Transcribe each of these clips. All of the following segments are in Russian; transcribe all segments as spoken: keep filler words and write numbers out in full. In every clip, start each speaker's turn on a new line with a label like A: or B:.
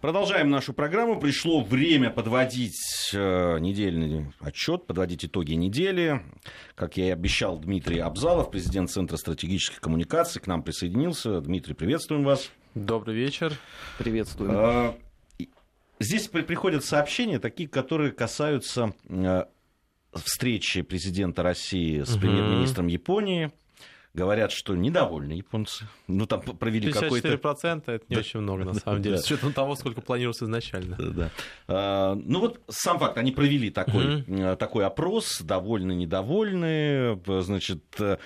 A: Продолжаем нашу программу. Пришло время подводить э, недельный отчет, подводить итоги недели. Как я и обещал, Дмитрий Абзалов, президент Центра стратегических коммуникаций, к нам присоединился. Дмитрий, приветствуем вас.
B: Добрый вечер.
C: Приветствуем.
A: Э, здесь при- приходят сообщения, такие, которые касаются э, встречи президента России с премьер-министром Японии. Говорят, что недовольны японцы. Ну, там провели
B: пятьдесят четыре
A: какой-то...
B: процента это не очень много, на самом деле, с учетом того, сколько планировалось изначально.
A: Да. А, ну вот сам факт, они провели такой, mm-hmm. такой опрос, довольны, недовольны, значит...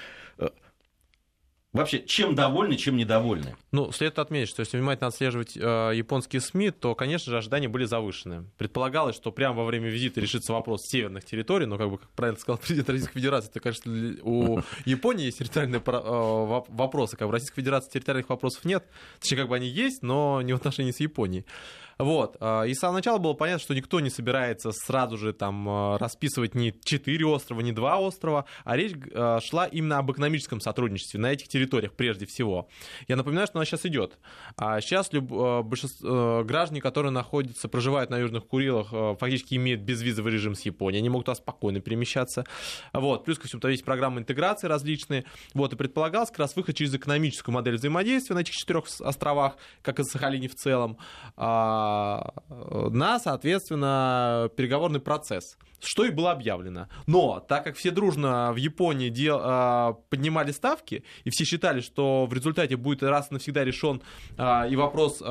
A: Вообще, чем довольны, чем недовольны?
B: Ну, следует отметить, что если внимательно отслеживать э, японские СМИ, то, конечно же, ожидания были завышены. Предполагалось, что прямо во время визита решится вопрос северных территорий, но, как бы, как правильно сказал президент Российской Федерации, то, конечно, у Японии есть территориальные э, вопросы, как бы в Российской Федерации территориальных вопросов нет, точнее, как бы они есть, но не в отношении с Японией. Вот. И с самого начала было понятно, что никто не собирается сразу же там расписывать ни четыре острова, ни два острова, а речь шла именно об экономическом сотрудничестве на этих территориях прежде всего. Я напоминаю, что она сейчас идет. Сейчас люб... большинство граждан, которые находятся, проживают на Южных Курилах, фактически имеют безвизовый режим с Японией, они могут туда спокойно перемещаться. Вот. Плюс ко всему, там есть программы интеграции различные. Вот. И предполагалось как раз выход через экономическую модель взаимодействия на этих четырех островах, как и Сахалине в целом, на, соответственно, переговорный процесс, что и было объявлено. Но так как все дружно в Японии дел, поднимали ставки, и все считали, что в результате будет раз и навсегда решен и вопрос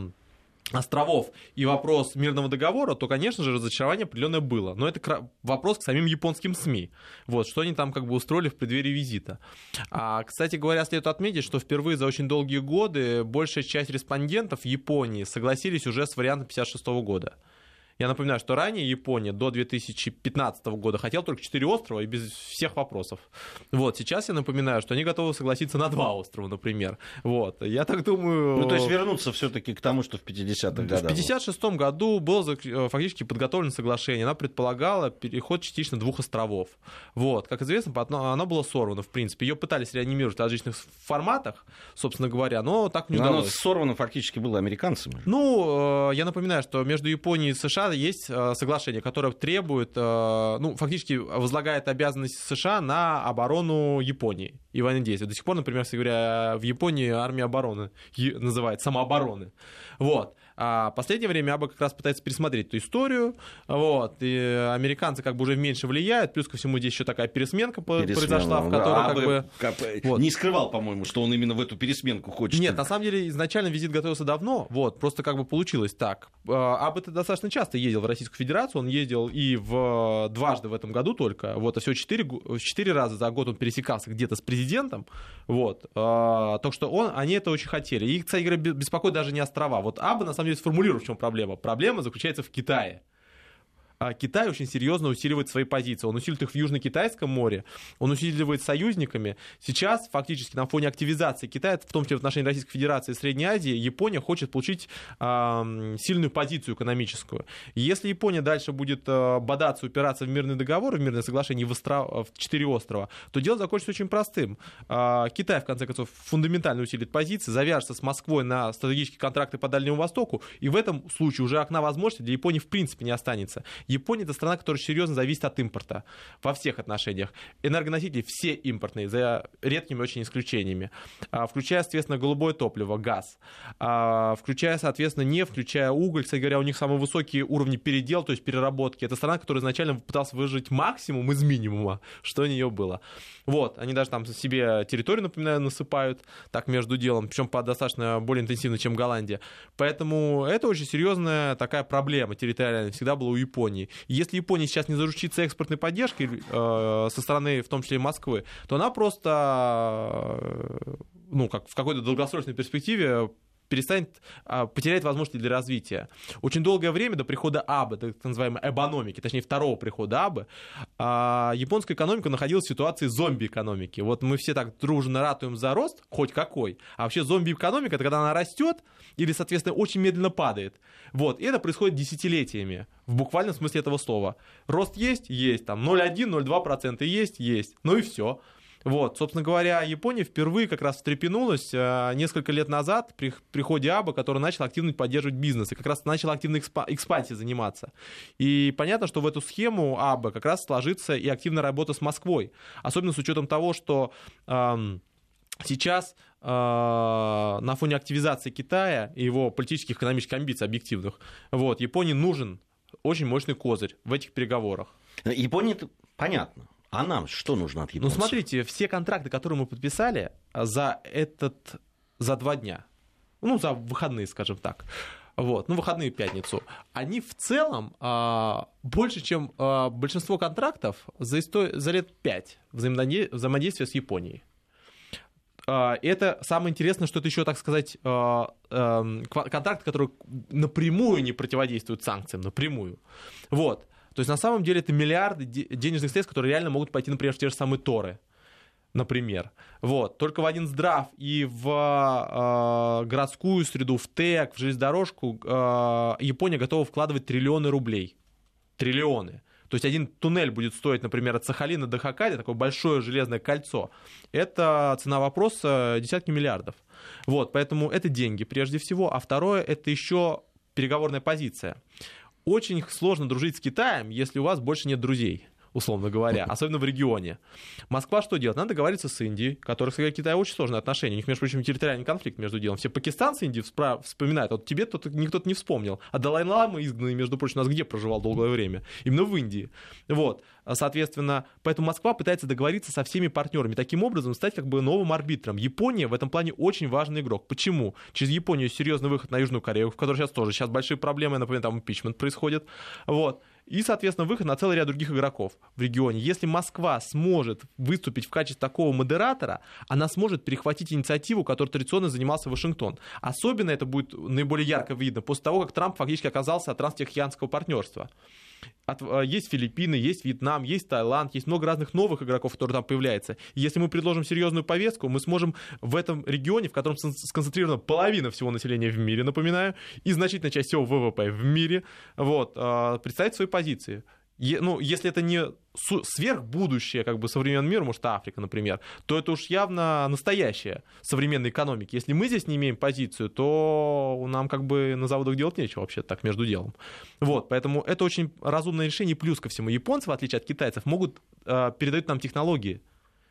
B: островов, и вопрос мирного договора, то, конечно же, разочарование определенное было. Но это вопрос к самим японским СМИ. Вот, что они там как бы устроили в преддверии визита. А, кстати говоря, следует отметить, что впервые за очень долгие годы большая часть респондентов в Японии согласились уже с вариантом пятьдесят шестого года. Я напоминаю, что ранее Япония до две тысячи пятнадцатого года хотела только четыре острова и без всех вопросов. Вот, сейчас я напоминаю, что они готовы согласиться на два острова, например. Вот, я так думаю...
A: Ну, то есть вернуться все-таки к тому, что в пятидесятых годах.
B: В пятьдесят шестом году было фактически подготовлено соглашение. Оно предполагало переход частично двух островов. Вот, как известно, оно было сорвано, в принципе. Ее пытались реанимировать в различных форматах, собственно говоря, но так не
A: но
B: удалось.
A: Оно сорвано фактически было американцами.
B: Ну, я напоминаю, что между Японией и США есть соглашение, которое требует, ну, фактически возлагает обязанность США на оборону Японии и военные действия. До сих пор, например, говоря, в Японии армия обороны называется, самообороны. Вот. А в последнее время АБА как раз пытается пересмотреть эту историю, вот, и американцы как бы уже меньше влияют, плюс ко всему здесь еще такая пересменка
A: Пересмена,
B: произошла, в которой
A: да,
B: как
A: АБА
B: бы...
A: Как, вот. Не скрывал, по-моему, что он именно в эту пересменку хочет.
B: Нет, на самом деле изначально визит готовился давно, вот, просто как бы получилось так. АБА достаточно часто ездил в Российскую Федерацию, он ездил и в дважды в этом году только, вот, а всего четыре, четыре раза за год он пересекался где-то с президентом, вот, а, так что он, они это очень хотели. И, кстати говоря, беспокоит даже не острова. Вот АБА, на самом деле, сформулирует, в чем проблема. Проблема заключается в Китае. Китай очень серьезно усиливает свои позиции. Он усиливает их в Южно-Китайском море, он усиливает союзниками. Сейчас фактически на фоне активизации Китая, в том числе в отношении Российской Федерации и Средней Азии, Япония хочет получить э, сильную позицию экономическую. И если Япония дальше будет э, бодаться, упираться в мирный договор, в мирное соглашение в, остров, в четыре острова, то дело закончится очень простым. Э, Китай, в конце концов, фундаментально усилит позиции, завяжется с Москвой на стратегические контракты по Дальнему Востоку, и в этом случае уже окна возможностей для Японии в принципе не останется. Япония — это страна, которая серьезно зависит от импорта во всех отношениях. Энергоносители все импортные, за редкими очень исключениями. Включая, соответственно, голубое топливо, газ. Включая, соответственно, нефть, включая уголь. Кстати говоря, у них самые высокие уровни передела, то есть переработки. Это страна, которая изначально пыталась выжить максимум из минимума, что у нее было. Вот, они даже там себе территорию, напоминаю, насыпают так между делом, причем по достаточно более интенсивно, чем Голландия. Поэтому это очень серьезная такая проблема территориальная всегда была у Японии. Если Япония сейчас не заручится экспортной поддержкой э, со стороны, в том числе и Москвы, то она просто, э, ну, как в какой-то долгосрочной перспективе перестанет, потеряет возможности для развития. Очень долгое время до прихода АБЭ, так называемой эбономики, точнее второго прихода АБЭ, японская экономика находилась в ситуации зомби-экономики. Вот мы все так дружно ратуем за рост, хоть какой, а вообще зомби-экономика — это когда она растет или, соответственно, очень медленно падает. Вот. И это происходит десятилетиями, в буквальном смысле этого слова. Рост есть? Есть. Там ноль целых одна десятая - ноль целых две десятых процента есть? Есть. Ну и все. Вот, собственно говоря, Япония впервые как раз встрепенулась э, несколько лет назад при приходе Абе, который начал активно поддерживать бизнес и как раз начал активной экспа экспансией заниматься. И понятно, что в эту схему Абе как раз сложится и активная работа с Москвой, особенно с учетом того, что э, сейчас э, на фоне активизации Китая и его политических и экономических амбиций объективных, вот, Японии нужен очень мощный козырь в этих переговорах.
A: Япония, это понятно. А нам что нужно от японцев?
B: Ну, смотрите, все контракты, которые мы подписали за этот, за два дня, ну, за выходные, скажем так, вот, ну, выходные пятницу, они в целом а, больше, чем а, большинство контрактов за, истор... за лет пять взаимодействия с Японией. А, это самое интересное, что это еще, так сказать, а, а, контракты, которые напрямую не противодействуют санкциям, напрямую. Вот. То есть на самом деле это миллиарды денежных средств, которые реально могут пойти, например, в те же самые торы, например. Вот. Только в один здрав и в э, городскую среду, в ТЭК, в железнодорожку э, Япония готова вкладывать триллионы рублей. Триллионы. То есть один туннель будет стоить, например, от Сахалина до Хоккайдо, такое большое железное кольцо. Это цена вопроса десятки миллиардов. Вот. Поэтому это деньги прежде всего. А второе, это еще переговорная позиция. Очень сложно дружить с Китаем, если у вас больше нет друзей, условно говоря, особенно в регионе. Москва что делает? Надо договориться с Индией, которая с Китаем очень сложные отношения. У них, между прочим, территориальный конфликт между делом. Все пакистанцы Индии вспоминают, вот тебе тут никто не вспомнил. А Далай-Лама, изгнанный, между прочим, у нас где проживал долгое время? Именно в Индии. Вот. Соответственно, поэтому Москва пытается договориться со всеми партнерами, таким образом стать как бы новым арбитром. Япония в этом плане очень важный игрок. Почему? Через Японию серьезный выход на Южную Корею, в которой сейчас тоже сейчас большие проблемы, например, там импичмент происходит. Вот. И, соответственно, выход на целый ряд других игроков в регионе. Если Москва сможет выступить в качестве такого модератора, она сможет перехватить инициативу, которой традиционно занимался Вашингтон. Особенно это будет наиболее ярко видно после того, как Трамп фактически оказался от транстихоокеанского партнерства. От, есть Филиппины, есть Вьетнам, есть Таиланд, есть много разных новых игроков, которые там появляются. И если мы предложим серьезную повестку, мы сможем в этом регионе, в котором сконцентрирована половина всего населения в мире, напоминаю, и значительная часть всего ВВП в мире, вот, представить свои позиции. Е, ну, если это не сверхбудущее, как бы, современного мира, может, Африка, например, то это уж явно настоящее современной экономики. Если мы здесь не имеем позицию, то нам как бы на заводах делать нечего вообще так между делом. Вот, поэтому это очень разумное решение. Плюс ко всему, японцы, в отличие от китайцев, могут э, передать нам технологии.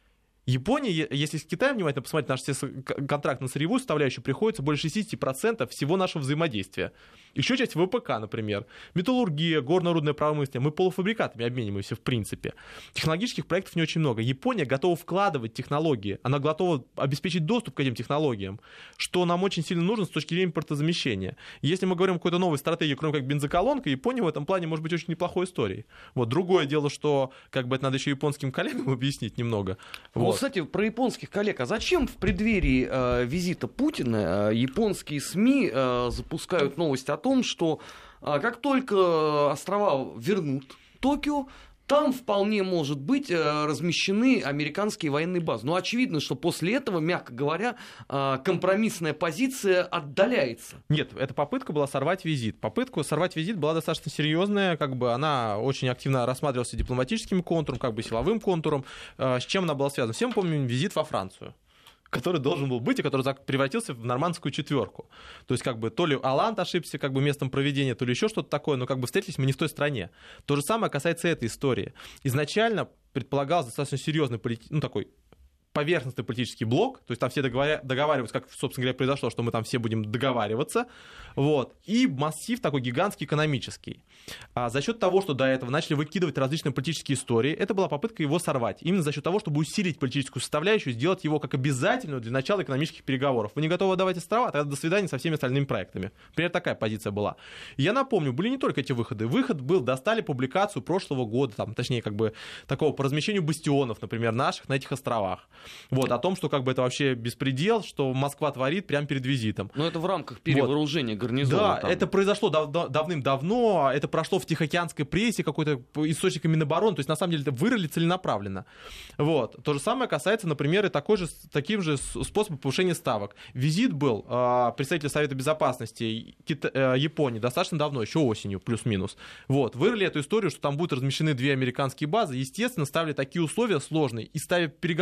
B: Япония, если с Китаем внимательно посмотреть наш контракт на сырьевую составляющую, приходится больше шестьдесят процентов всего нашего взаимодействия. Еще часть ВПК, например. Металлургия, горно-рудная промышленность. Мы полуфабрикатами обмениваемся в принципе. Технологических проектов не очень много. Япония готова вкладывать технологии. Она готова обеспечить доступ к этим технологиям, что нам очень сильно нужно с точки зрения импортозамещения. Если мы говорим о какой-то новой стратегии, кроме как бензоколонка, Япония в этом плане может быть очень неплохой историей. Вот. Другое дело, что как бы это надо еще японским коллегам объяснить немного. Вот.
C: Кстати, про японских коллег. А зачем в преддверии э, визита Путина э, японские СМИ э, запускают новость о том, что э, как только острова вернут Токио, там вполне может быть э, размещены американские военные базы. Но очевидно, что после этого, мягко говоря, э, компромиссная позиция отдаляется.
B: Нет, эта попытка была сорвать визит. Попытка сорвать визит была достаточно серьезная, как бы она очень активно рассматривалась дипломатическим контуром, как бы силовым контуром. Э, с чем она была связана? Все мы помним визит во Францию, который должен был быть и который превратился в нормандскую четверку. То есть, как бы, то ли Оланд ошибся как бы местом проведения, то ли еще что-то такое, но как бы встретились мы не в той стране. То же самое касается этой истории. Изначально предполагалось достаточно серьезный полит... ну, такой поверхностный политический блок, то есть там все договаря... договариваются, как, собственно говоря, произошло, что мы там все будем договариваться, вот, и массив такой гигантский экономический. А за счет того, что до этого начали выкидывать различные политические истории, это была попытка его сорвать, именно за счет того, чтобы усилить политическую составляющую, сделать его как обязательную для начала экономических переговоров. Вы не готовы отдавать острова, тогда до свидания со всеми остальными проектами. Например, такая позиция была. Я напомню, были не только эти выходы. Выход был, достали публикацию прошлого года, там, точнее, как бы такого по размещению бастионов, например, наших на этих островах. Вот, о том, что как бы это вообще беспредел, что Москва творит прямо перед визитом.
C: Но это в рамках перевооружения вот. Гарнизона.
B: Да,
C: там.
B: это произошло дав- давным-давно, это прошло в тихоокеанской прессе, какой-то источник Минобороны, то есть на самом деле это вырыли целенаправленно. Вот. То же самое касается, например, и такой же, таким же способом повышения ставок. Визит был э, представителя Совета Безопасности Кита- э, Японии достаточно давно, еще осенью, плюс-минус. Вот. Вырыли эту историю, что там будут размещены две американские базы, естественно, ставили такие условия сложные и ставили переговорную позицию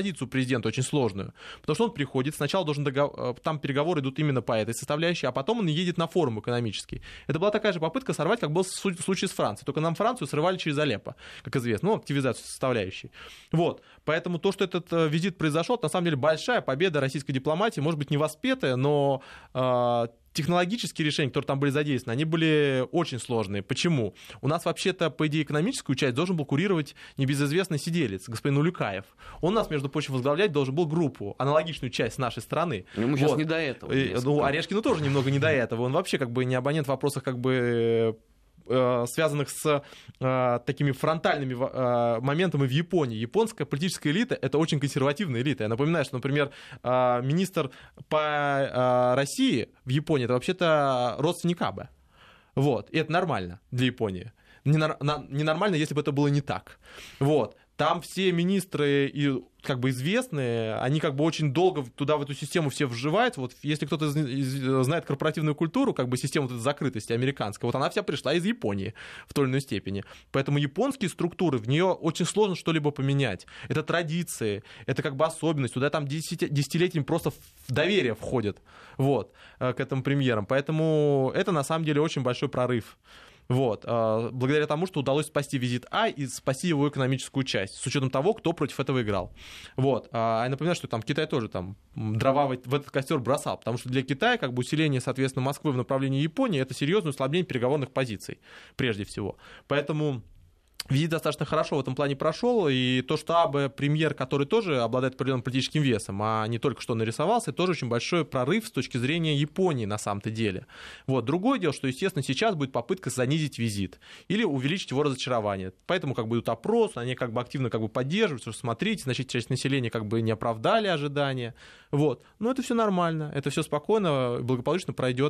B: позицию президента очень сложную, потому что он приходит, сначала должен договор, там переговоры идут именно по этой составляющей, а потом он едет на форум экономический. Это была такая же попытка сорвать, как был в случае с Францией, только нам Францию срывали через Алеппо, как известно, ну, активизацию составляющей. Вот, поэтому то, что этот визит произошел, на самом деле большая победа российской дипломатии, может быть, не воспетая, но э, технологические решения, которые там были задействованы, они были очень сложные. Почему? У нас вообще-то, по идее, экономическую часть должен был курировать небезызвестный сиделец, господин Улюкаев. Он нас, между прочим, возглавлять должен был группу, аналогичную часть нашей страны.
C: Ему вот. Сейчас не до этого.
B: Ну, Орешкину тоже немного не до этого. Он вообще как бы не абонент в вопросах как бы связанных с э, такими фронтальными э, моментами в Японии. Японская политическая элита — это очень консервативная элита. Я напоминаю, что, например, э, министр по э, России в Японии — это вообще-то родственник Абе. Вот. И это нормально для Японии. Ненор- на- ненормально, если бы это было не так. Вот. Там все министры и как бы известные, они как бы очень долго туда, в эту систему все вживаются. Вот если кто-то знает корпоративную культуру, как бы систему вот этой закрытости американской, вот она вся пришла из Японии в той или иной степени. Поэтому японские структуры, в нее очень сложно что-либо поменять. Это традиции, это как бы особенность. Туда там десятилетиями просто в доверие входит вот, к этим премьерам. Поэтому это на самом деле очень большой прорыв. Вот, благодаря тому, что удалось спасти визит А и спасти его экономическую часть, с учетом того, кто против этого играл. Вот. А я напоминаю, что там Китай тоже там дрова в этот костер бросал, потому что для Китая как бы усиление, соответственно, Москвы в направлении Японии — это серьезное услабление переговорных позиций, прежде всего. Поэтому визит достаточно хорошо в этом плане прошел, и то, что Абе премьер, который тоже обладает определенным политическим весом, а не только что нарисовался, тоже очень большой прорыв с точки зрения Японии на самом-то деле. Вот. Другое дело, что, естественно, сейчас будет попытка занизить визит или увеличить его разочарование. Поэтому как бы идут опросы, они как бы активно как бы поддерживают, что смотрите, значит, часть населения как бы не оправдали ожидания. Вот. Но это все нормально, это все спокойно, благополучно пройдет,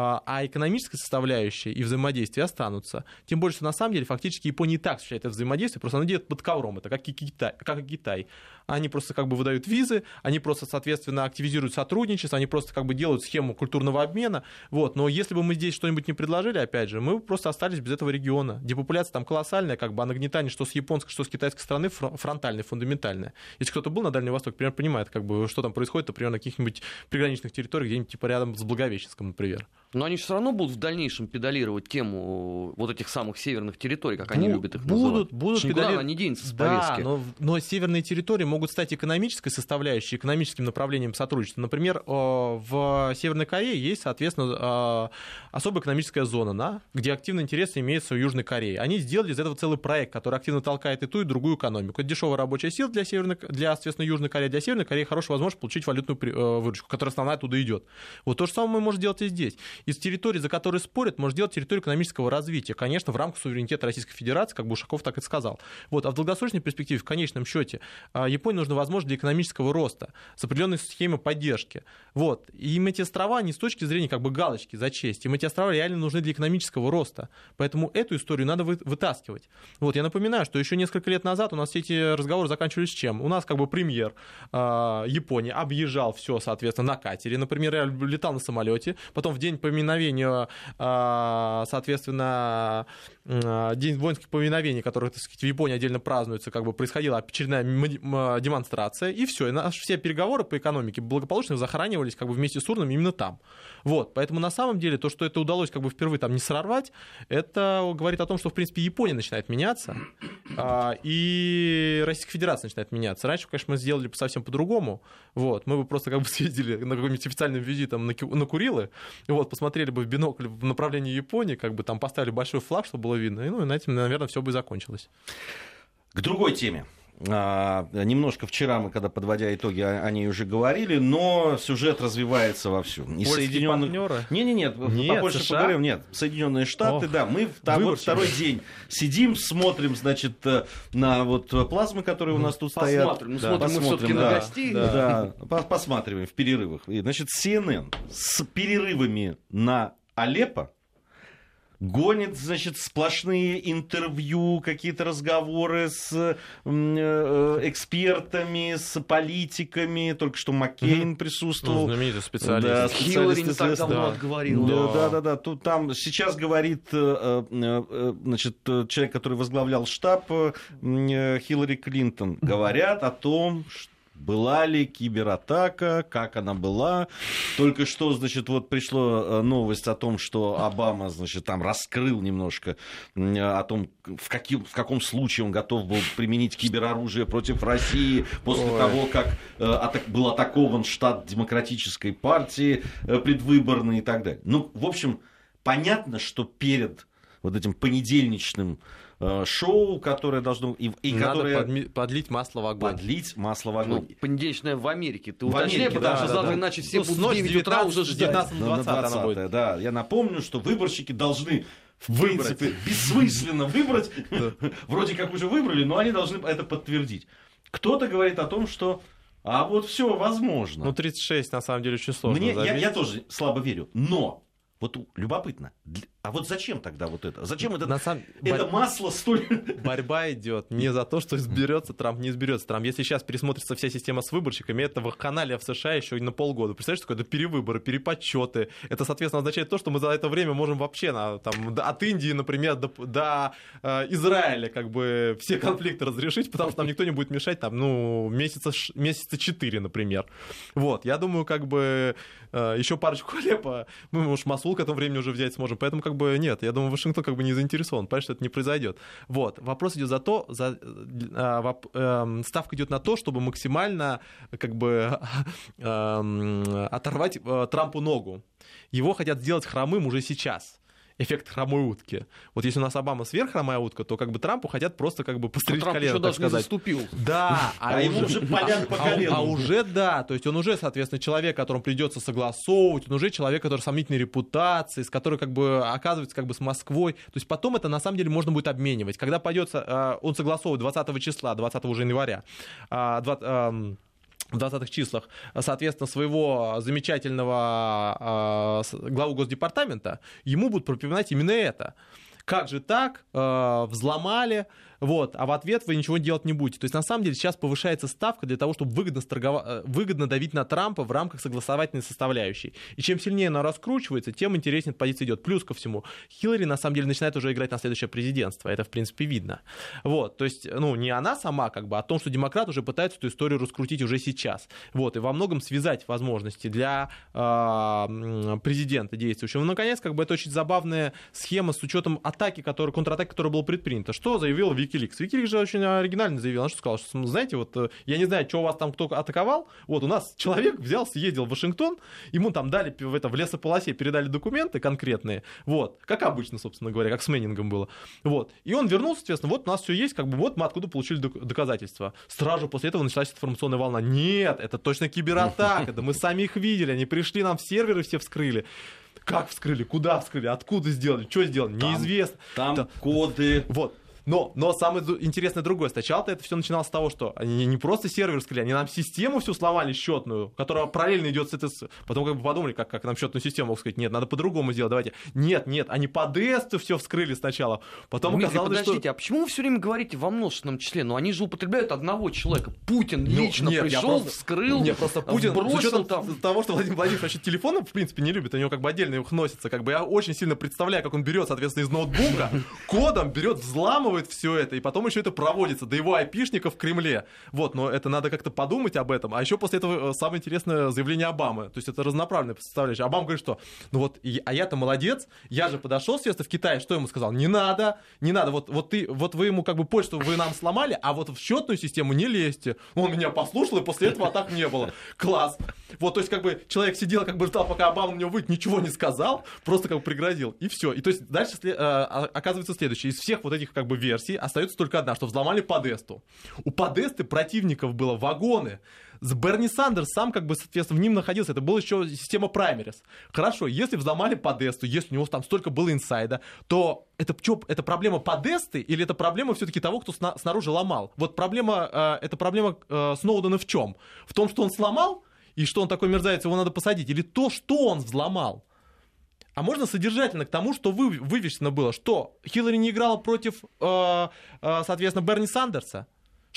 B: а экономическая составляющая и взаимодействие останутся. Тем более, что на самом деле фактически Япония и так осуществляет это взаимодействие, просто она делает под ковром, это как и Китай, как и Китай. Они просто как бы выдают визы, они просто, соответственно, активизируют сотрудничество, они просто как бы делают схему культурного обмена. Вот. Но если бы мы здесь что-нибудь не предложили, опять же, мы бы просто остались без этого региона. Депопуляция там колоссальная, как бы, а нагнетание что с японской, что с китайской стороны фронтальное, фундаментальное. Если кто-то был на Дальнем Востоке, примерно понимает, как бы, что там происходит, то примерно на каких-нибудь приграничных территориях, где-нибудь типа рядом с Благовещенском, например.
C: Но они же все равно будут в дальнейшем педалировать тему вот этих самых северных территорий, как они Бу- любят их
B: будут,
C: называть.
B: Будут
C: никуда педали... она не денется с повестки.
B: Да, но, но северные территории могут стать экономической составляющей, экономическим направлением сотрудничества. Например, в Северной Корее есть, соответственно, особая экономическая зона, да, где активный интерес имеется у Южной Кореи. Они сделали из этого целый проект, который активно толкает и ту, и другую экономику. Это дешевая рабочая сила для, Северной, для, соответственно, Южной Кореи. Для Северной Кореи хорошая возможность получить валютную выручку, которая основная оттуда идет. Вот то же самое мы можем делать и здесь. Из территории, за которые спорят, можно делать территорию экономического развития. Конечно, в рамках суверенитета Российской Федерации, как бы Ушаков так и сказал. Вот. А в долгосрочной перспективе, в конечном счете, Японии нужна возможность для экономического роста с определенной схемой поддержки. Вот. И им эти острова не с точки зрения как бы галочки за честь. Им эти острова реально нужны для экономического роста. Поэтому эту историю надо вы, вытаскивать. Вот. Я напоминаю, что еще несколько лет назад у нас все эти разговоры заканчивались чем? У нас как бы премьер э, Японии объезжал все, соответственно, на катере. Например, я летал на самолете. Потом в день поминовения, э, соответственно, э, день воинских поминовений, который, так сказать, в Японии отдельно празднуется, как бы происходила очередная демонстрация, и все. И наши все переговоры по экономике благополучно захоранивались как бы вместе с урнами именно там. Вот. Поэтому на самом деле то, что это удалось как бы впервые там не сорвать, это говорит о том, что, в принципе, Япония начинает меняться, и Российская Федерация начинает меняться. Раньше, конечно, мы сделали бы совсем по-другому. Вот. Мы бы просто как бы съездили на какой-нибудь официальным визитом на Курилы, вот, посмотрели бы в бинокль в направлении Японии, как бы там поставили большой флаг, чтобы было видно, и, ну, и на этом, наверное, все бы и закончилось.
A: К другой теме. А, немножко вчера мы, когда подводя итоги, о, о ней уже говорили, но сюжет развивается вовсю.
B: И Соединенных...
A: Не, не, нет,
B: нет,
A: побольше
B: США?
A: поговорим. Нет, Соединенные Штаты, Ох, да. Мы там, вот второй день сидим, смотрим, значит, на вот плазмы, которые у нас тут
C: посмотрим.
A: стоят.
C: Ну, да, смотрим мы все-таки да, на гостей.
A: Да, да, посматриваем в перерывах. И, значит, си эн эн с перерывами на Алеппо гонит, значит, сплошные интервью, какие-то разговоры с э, экспертами, с политиками. Только что Маккейн mm-hmm. присутствовал.
B: Ну, знаменитый специалист.
C: Да, Хиллари не так давно да. отговорила.
A: Да, да, да, да. Тут там сейчас говорит э, э, значит, человек, который возглавлял штаб, э, Хиллари Клинтон. Говорят о том, что была ли кибератака, как она была. Только что, значит, вот пришла новость о том, что Обама, значит, там раскрыл немножко о том, в, каким, в каком случае он готов был применить кибероружие против России после Ой. того, как э, атак, был атакован штат Демократической партии э, предвыборный и так далее. Ну, в общем, понятно, что перед вот этим понедельничным шоу, которое должно... И, и
B: Надо
A: которое...
B: подми... подлить масло в огонь.
A: Подлить масло в огонь.
C: Ну, понедельничное в Америке. Ты
A: в
C: уточняй,
A: Америке,
C: потому
A: да,
C: что
A: да,
C: завтра
A: да.
C: иначе все
B: ну,
C: будут в девять утра уже ждать.
B: девятнадцатое
A: Да, да. Я напомню, что выборщики должны, в принципе, бессмысленно выбрать. Вроде как уже выбрали, но они должны это подтвердить. Кто-то говорит о том, что а вот все возможно.
B: Ну, тридцать шесть, на самом деле, очень сложно
A: Мне,
B: забить.
A: я, я тоже слабо верю. Но вот любопытно. А вот зачем тогда вот это? Зачем это,
B: самом...
A: это
B: Борь...
A: масло столь...
B: Борьба идет не за то, что изберется Трамп, не изберется Трамп. Если сейчас пересмотрится вся система с выборщиками, это вакханалия в США еще и на полгода. Представляешь, что это перевыборы, переподсчеты. Это, соответственно, означает то, что мы за это время можем вообще на, там, от Индии, например, до, до э, Израиля как бы все конфликты разрешить, потому что нам никто не будет мешать там, ну, месяца, месяца четыре, например. Вот, я думаю, как бы э, еще парочку хлеба мы, может, Масул к этому времени уже взять сможем. Поэтому как бы нет, я думаю, Вашингтон как бы не заинтересован, понимаешь, что это не произойдет. Вот, вопрос идет за то, за, э, воп, э, ставка идет на то, чтобы максимально как бы э, оторвать э, Трампу ногу. Его хотят сделать хромым уже сейчас. Эффект хромой утки. Вот если у нас Обама сверххромая утка, то как бы Трампу хотят просто как бы пострелить
C: а
B: колено,
C: так
B: так
C: сказать.
B: Не
C: заступил.
B: Да,
A: а, а ему уже полян по колену.
B: А, а уже да, то есть он уже, соответственно, человек, которому придется согласовывать, он уже человек, который сомнительной репутации, с которой как бы оказывается как бы с Москвой. То есть потом это на самом деле можно будет обменивать. Когда пойдет, он согласовывает двадцатого числа, двадцатого уже января, в двадцатых числах, соответственно, своего замечательного э, главу Госдепартамента, ему будут пропоминать именно это. Как же так? Э, взломали. Вот, а в ответ вы ничего делать не будете. То есть, на самом деле, сейчас повышается ставка для того, чтобы выгодно, сторгова... выгодно давить на Трампа в рамках согласовательной составляющей. И чем сильнее она раскручивается, тем интереснее эта позиция идет. Плюс ко всему, Хиллари, на самом деле, начинает уже играть на следующее президентство. Это, в принципе, видно. Вот, то есть, ну, не она сама, как бы, а о том, что демократы уже пытаются эту историю раскрутить уже сейчас. Вот, и во многом связать возможности для э, президента действующего. Ну, наконец, как бы, это очень забавная схема с учетом атаки, которая, контратаки, которая была предпринята. Что заявил Википедия? Викиликс. Викиликс же очень оригинально заявил. Она что сказала? Что, знаете, вот я не знаю, что у вас там кто атаковал. Вот у нас человек взял, съездил в Вашингтон, ему там дали в, это, в лесополосе, передали документы конкретные. Вот. Как обычно, собственно говоря, как с Мэннингом было. Вот. И он вернулся, соответственно, вот у нас все есть, как бы вот мы откуда получили доказательства. Сразу после этого началась информационная волна. Нет, это точно кибератака. Да мы сами их видели. Они пришли, нам серверы все вскрыли. Как вскрыли? Куда вскрыли? Откуда сделали? Что сделали? Неизвестно.
A: Там, там коды.
B: Вот. Но, но самое интересное другое. Сначала-то это все начиналось с того, что они не просто сервер вскрыли, они нам систему всю сломали счетную, которая параллельно идет с этой... Потом как бы подумали, как, как нам счетную систему могут сказать. Нет, надо по-другому сделать, давайте. Нет, нет, они по ДЭСТу все вскрыли сначала. Потом
C: Дмитрий,
B: оказалось,
C: подождите,
B: что...
C: а почему вы все время говорите во множественном числе? Ну, они же употребляют одного человека. Путин ну, лично нет, пришел, просто... вскрыл,
B: Нет, просто Путин,
C: бросил
B: с учетом
C: там...
B: того, что Владимир Владимирович вообще телефоном, в принципе, не любит, у него как бы отдельно их носится. Как бы я очень сильно представляю, как он берет, соответственно, из ноутбука, кодом берет, взламывает все это, и потом еще это проводится до его айпишников в Кремле. Вот, но это надо как-то подумать об этом. А еще после этого самое интересное заявление Обамы. То есть это разноправленное составляющее. Обама говорит, что ну вот, а я-то молодец, я же подошел, естественно, в Китае, что ему сказал? Не надо, не надо, вот, вот, ты, вот вы ему как бы почту вы нам сломали, а вот в счетную систему не лезьте. Он меня послушал, и после этого атак не было. Класс. Вот, то есть как бы человек сидел, как бы ждал, пока Обама на него выйдет, ничего не сказал, просто как бы пригрозил. И все. И то есть дальше оказывается следующее. Из всех вот этих как бы версий остается только одна, что взломали Подесту. У Подесты противников было вагоны. С Берни Сандерс сам, как бы, соответственно, в ним находился. Это была еще система праймерис. Хорошо, если взломали Подесту, если у него там столько было инсайда, то это, что, это проблема Подесты или это проблема все-таки того, кто сна- снаружи ломал? Вот проблема, э, это проблема э, Сноудена в чем? В том, что он сломал, и что он такой мерзавец, его надо посадить? Или то, что он взломал? А можно содержательно к тому, что вы, вывешено было, что Хиллари не играла против, э, э, соответственно, Берни Сандерса,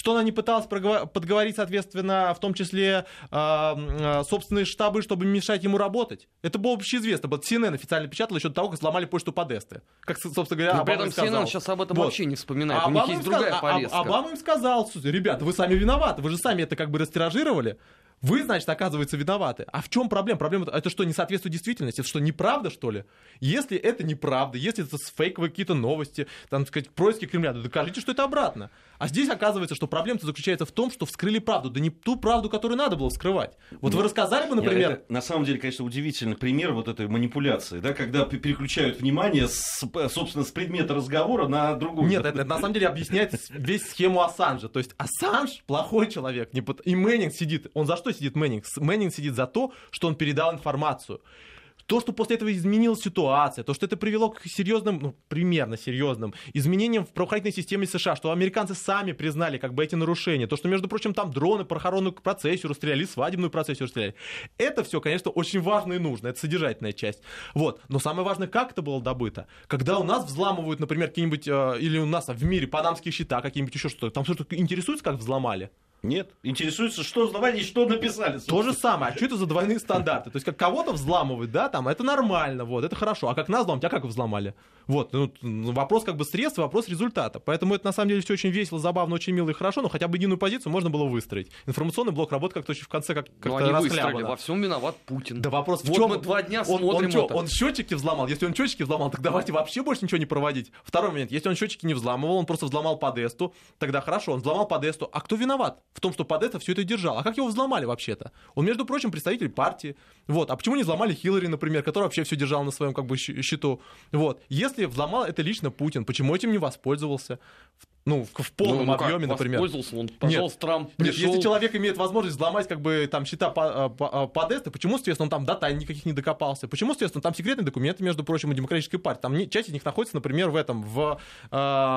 B: Что она не пыталась подговорить, соответственно, в том числе собственные штабы, чтобы мешать ему работать? Это было общеизвестно. Вот си эн эн официально печатал еще до того, как взломали почту Подесты. Как, собственно говоря,
C: Но
B: Обама
C: при этом
B: им сказал.
C: си эн эн сейчас об этом
B: вот.
C: вообще не вспоминает.
B: А
C: У них
B: Обама
C: есть
B: сказ...
C: другая
B: а,
C: повестка.
B: Обама им сказал, ребята, вы сами виноваты, вы же сами это как бы растиражировали. Вы, значит, оказывается, виноваты. А в чем проблема? Проблема это что, не соответствует действительности? Это что, неправда, что ли? Если это неправда, если это фейковые какие-то новости, там, так сказать, происки Кремля, то докажите, что это обратно. А здесь оказывается, что проблема-то заключается в том, что вскрыли правду. Да не ту правду, которую надо было вскрывать. Вот ну, вы рассказали бы, например...
A: Это, на самом деле, конечно, удивительный пример вот этой манипуляции, да, когда переключают внимание, с, собственно, с предмета разговора на другую.
B: Нет, это, это на самом деле объясняет весь схему Ассанжа. То есть Ассанж плохой человек. Не под... И Мэннинг сидит. Он за что сидит Мэннинг? Мэннинг сидит за то, что он передал информацию. То, что после этого изменилась ситуация, то, что это привело к серьезным, ну, примерно серьезным изменениям в правоохранительной системе США, что американцы сами признали как бы эти нарушения, то, что, между прочим, там дроны похоронную процессию расстреляли, свадебную процессию расстреляли. Это все, конечно, очень важно и нужно, это содержательная часть. Вот. Но самое важное, как это было добыто. Когда у нас взламывают, например, какие-нибудь, э, или у нас в мире панамские счета, какие-нибудь еще что-то, там что-то интересуется, как взломали?
A: Нет. Интересуется, что взломали и что написали. Собственно.
B: То же самое. А что это за двойные стандарты? То есть, как кого-то взламывать, да, там, это нормально, вот, это хорошо. А как нас взломать, а как взломали? Вот, ну, вопрос как бы средств, вопрос результата. Поэтому это, на самом деле, все очень весело, забавно, очень мило и хорошо, но хотя бы единую позицию можно было выстроить. Информационный блок работы как-то очень в конце как- как-то
C: расхлябано.
B: расхлябано.
C: Выстроили, во всем виноват Путин.
B: Да вопрос в
C: вот
B: чем?
C: мы два дня
B: он,
C: смотрим
B: он, что,
C: это.
B: Он счетчики взломал? Если он счетчики взломал, так давайте вообще больше ничего не проводить. Второй момент. Если он счетчики не взламывал, он просто взломал Подесту, тогда хорошо, он взломал Подесту. А кто виноват в том, что Подеста все это держал? А как его взломали вообще-то? Он, между прочим, представитель партии. Вот. А почему не взломали Хиллари, например, которая вообще все держала на своем как бы счету? Вот. Если взломал это лично Путин, почему этим не воспользовался? Ну, в, в полном
C: ну,
B: объеме,
C: как
B: например.
C: Воспользовался он, пожалуйста,
B: Нет,
C: Трамп
B: нет,
C: пришел...
B: если человек имеет возможность взломать как бы там счета Подесты, почему, соответственно, он там до тайн никаких не докопался? Почему, соответственно, там секретные документы, между прочим, у Демократической партии? Там не, часть из них находится, например, в этом, в... Э,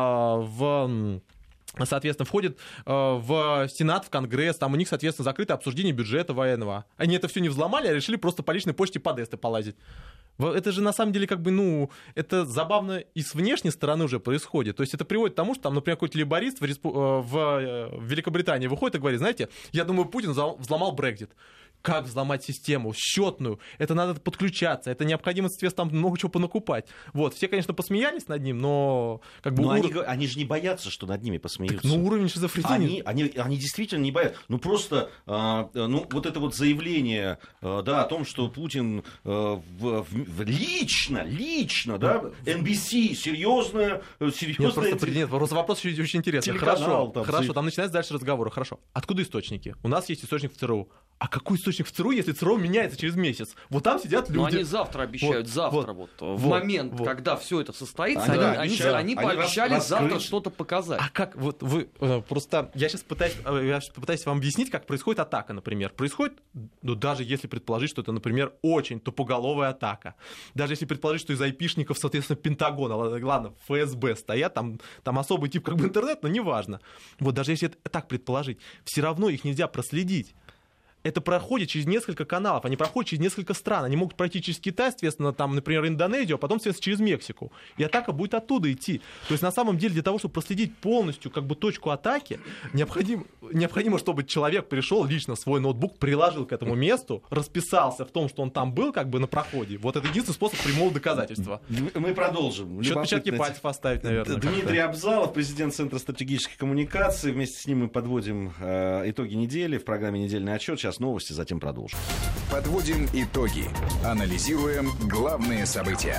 B: в соответственно, входит э, в Сенат, в Конгресс, там у них, соответственно, закрытое обсуждение бюджета военного. Они это все не взломали, а решили просто по личной почте Подесты полазить. Это же на самом деле как бы, ну, это забавно и с внешней стороны уже происходит. То есть это приводит к тому, что там, например, какой-то лейборист в, Респу... в Великобритании выходит и говорит, знаете, я думаю, Путин взломал Брексит. Как взломать систему счетную? Это надо подключаться, это необходимо, соответственно, там много чего понакупать. Вот, все, конечно, посмеялись над ним, но как бы...
A: Но
B: ур...
A: они, они же не боятся, что над ними посмеются.
B: Так, ну, уровень шизофрении...
A: Они, они, они действительно не боятся. Ну, просто, а, ну, вот это вот заявление, а, да, о том, что Путин а, в, в, лично, лично, да, эн би си, серьезная... серьезная...
B: Нет, просто, нет, вопрос, вопрос очень интересный. Хорошо,
A: там,
B: хорошо, там начинается дальше разговор. Хорошо. Откуда источники? У нас есть источник в ЦРУ. А какой источник в ЦРУ, если ЦРУ меняется через месяц? Вот там сидят люди.
C: Но они завтра обещают,
B: вот,
C: завтра,
B: вот,
C: вот, в
B: вот,
C: момент, вот. когда все это состоится, они, они, они, они пообещали они завтра что-то показать.
B: А как, вот вы, просто, я сейчас пытаюсь, я сейчас пытаюсь вам объяснить, как происходит атака, например. Происходит, ну, даже если предположить, что это, например, очень тупоголовая атака. Даже если предположить, что из айпишников, соответственно, Пентагона, ладно, эф эс бэ стоят, там, там особый тип как бы интернет, но неважно. Вот даже если это так предположить, все равно их нельзя проследить. Это проходит через несколько каналов, они проходят через несколько стран. Они могут пройти через Китай, соответственно, там, например, Индонезию, а потом, соответственно, через Мексику. И атака будет оттуда идти. То есть, на самом деле, для того, чтобы проследить полностью как бы точку атаки, необходимо, необходимо, чтобы человек пришел лично в свой ноутбук, приложил к этому месту, расписался в том, что он там был, как бы на проходе. Вот это единственный способ прямого доказательства.
A: Мы продолжим.
B: Еще отпечатки пальцев оставить, наверное.
A: Дмитрий Абзалов, президент Центра стратегической коммуникации. Вместе с ним мы подводим э, итоги недели в программе «Недельный отчет». Сейчас новости, затем продолжим.
D: Подводим итоги. Анализируем главные события.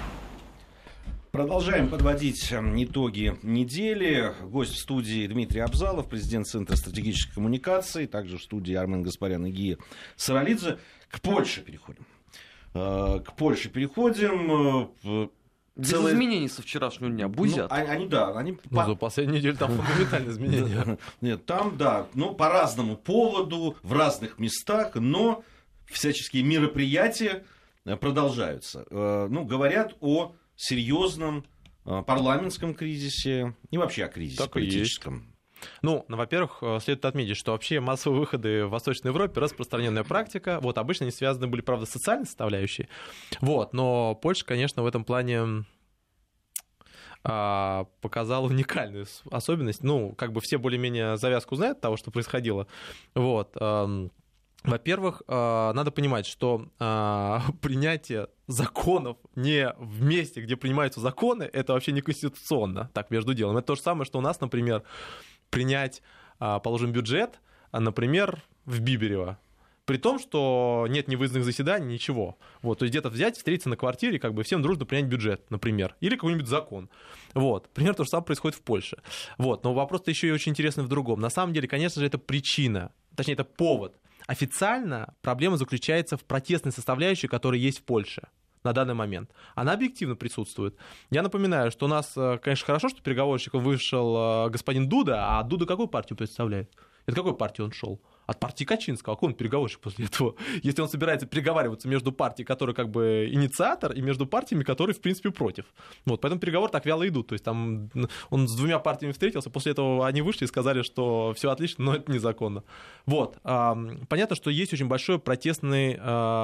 A: Продолжаем подводить итоги недели. Гость в студии Дмитрий Абзалов, президент Центра стратегической коммуникации. Также в студии Армен Гаспарян и Гия Саралидзе. К Польше переходим. К Польше переходим.
C: Без
A: Целое...
C: изменений со вчерашнего дня. Бузят.
A: Ну, они, да, они...
B: Ну, за последнюю неделю там фундаментальные изменения.
A: Нет, там, да, ну, по разному поводу, в разных местах, но всяческие мероприятия продолжаются. Ну, говорят о серьезном парламентском кризисе и вообще о кризисе
B: так
A: политическом.
B: Ну, ну, во-первых, следует отметить, что вообще массовые выходы в Восточной Европе распространенная практика. Вот, обычно они связаны были, правда, с социальной составляющей. Вот, но Польша, конечно, в этом плане показала уникальную особенность. Ну, как бы все более-менее завязку знают того, что происходило. Вот. Во-первых, надо понимать, что принятие законов не в месте, где принимаются законы, это вообще не конституционно, так, между делом. Это то же самое, что у нас, например, принять, положим, бюджет, например, в Биберево. При том, что нет ни выездных заседаний, ничего. Вот, то есть где-то взять, встретиться на квартире, как бы всем дружно принять бюджет, например, или какой-нибудь закон. Вот, примерно то же самое происходит в Польше. Вот, но вопрос-то еще и очень интересный в другом. На самом деле, конечно же, это причина, точнее, это повод. Официально проблема заключается в протестной составляющей, которая есть в Польше на данный момент. Она объективно присутствует. Я напоминаю, что у нас, конечно, хорошо, что переговорщиком вышел господин Дуда, а Дуда какую партию представляет? Это какой партии он шел? От партии Качинского. А какой он переговорщик после этого? Если он собирается переговариваться между партией, которая как бы инициатор, и между партиями, которые, в принципе, против. Вот, поэтому переговоры так вяло идут. То есть там он с двумя партиями встретился, после этого они вышли и сказали, что все отлично, но это незаконно. Вот. Понятно, что есть очень большой протестный,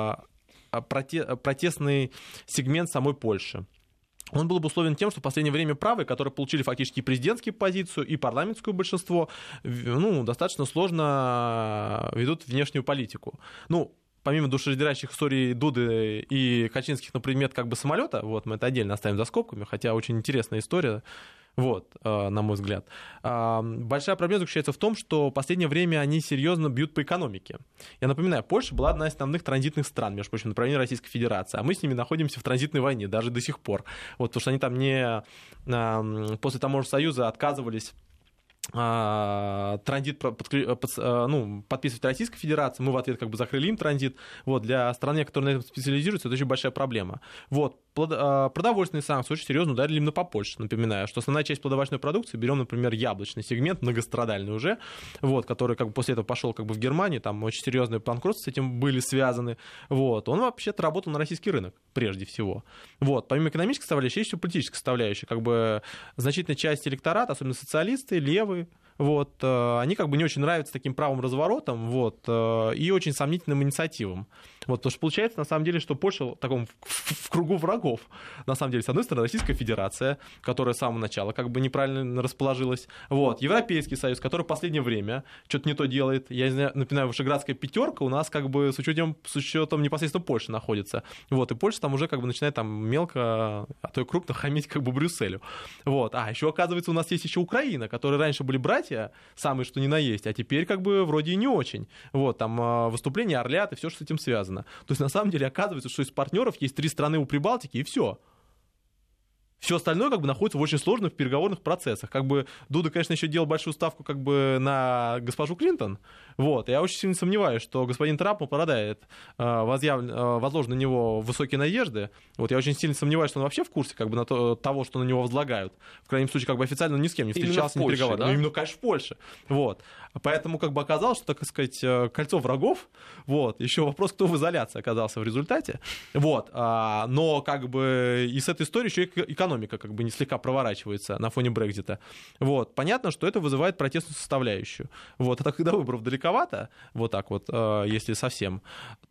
B: протестный сегмент самой Польши. Он был обусловлен тем, что в последнее время правые, которые получили фактически президентскую позицию и парламентское большинство, ну, достаточно сложно ведут внешнюю политику. Ну, помимо душераздирающих историй Дуды и Качинских на предмет как бы самолета, вот мы это отдельно оставим за скобками, хотя очень интересная история. Вот, на мой взгляд. Большая проблема заключается в том, что в последнее время они серьезно бьют по экономике. Я напоминаю, Польша была одна из основных транзитных стран, между прочим, направлений Российской Федерации, а мы с ними находимся в транзитной войне даже до сих пор. Вот, потому что они там не после Таможенного союза отказывались транзит ну, подписывать Российской Федерации, мы в ответ как бы закрыли им транзит. Вот, для страны, которая на этом специализируется, это очень большая проблема. Вот, продовольственные санкции очень серьезно ударили именно по Польше. Напоминаю, что основная часть плодовочной продукции, берем, например, яблочный сегмент, многострадальный уже, вот, который как бы после этого пошел как бы в Германию, там очень серьезные банкротства с этим были связаны. Вот, он вообще-то работал на российский рынок прежде всего. Вот, помимо экономической составляющей, есть еще политическая составляющая. Как бы значительная часть электората, особенно социалисты, левые, вот, они как бы не очень нравятся таким правым разворотом, вот, и очень сомнительным инициативам. Вот, потому что получается, на самом деле, что Польша в таком в, в кругу врагов. На самом деле, с одной стороны, Российская Федерация, которая с самого начала как бы неправильно расположилась. Вот, Европейский Союз, который в последнее время что-то не то делает. Я не знаю, напоминаю, Вышеградская пятерка у нас как бы с учетом, с учетом непосредственно Польши находится. Вот, и Польша там уже как бы начинает там мелко, а то и крупно хамить как бы Брюсселю. Вот, а еще, оказывается, у нас есть еще Украина, которые раньше были братья, самые что ни на есть, а теперь как бы вроде и не очень. Вот, там выступления Орлят и все, что с этим связано. То есть, на самом деле, оказывается, что из партнеров есть три страны у Прибалтики, и все. Все остальное как бы находится в очень сложных переговорных процессах. Как бы Дуда, конечно, еще делал большую ставку как бы на госпожу Клинтон. Вот. Я очень сильно сомневаюсь, что господин Трамп попадает, возъяв... возложены на него высокие надежды. Вот. Я очень сильно сомневаюсь, что он вообще в курсе как бы, на то, того, что на него возлагают. В крайнем случае, как бы официально ни с кем не встречался, не переговаривал. Да? Ну, именно, конечно, в Польше. Вот. Поэтому как бы оказалось, что, так сказать, кольцо врагов. Вот. Еще вопрос, кто в изоляции оказался в результате. Вот. Но как бы и с этой историей еще и экономика как бы не слегка проворачивается на фоне Брексита. Вот. Понятно, что это вызывает протестную составляющую. Вот. А когда выборов далековато, вот так вот, если совсем,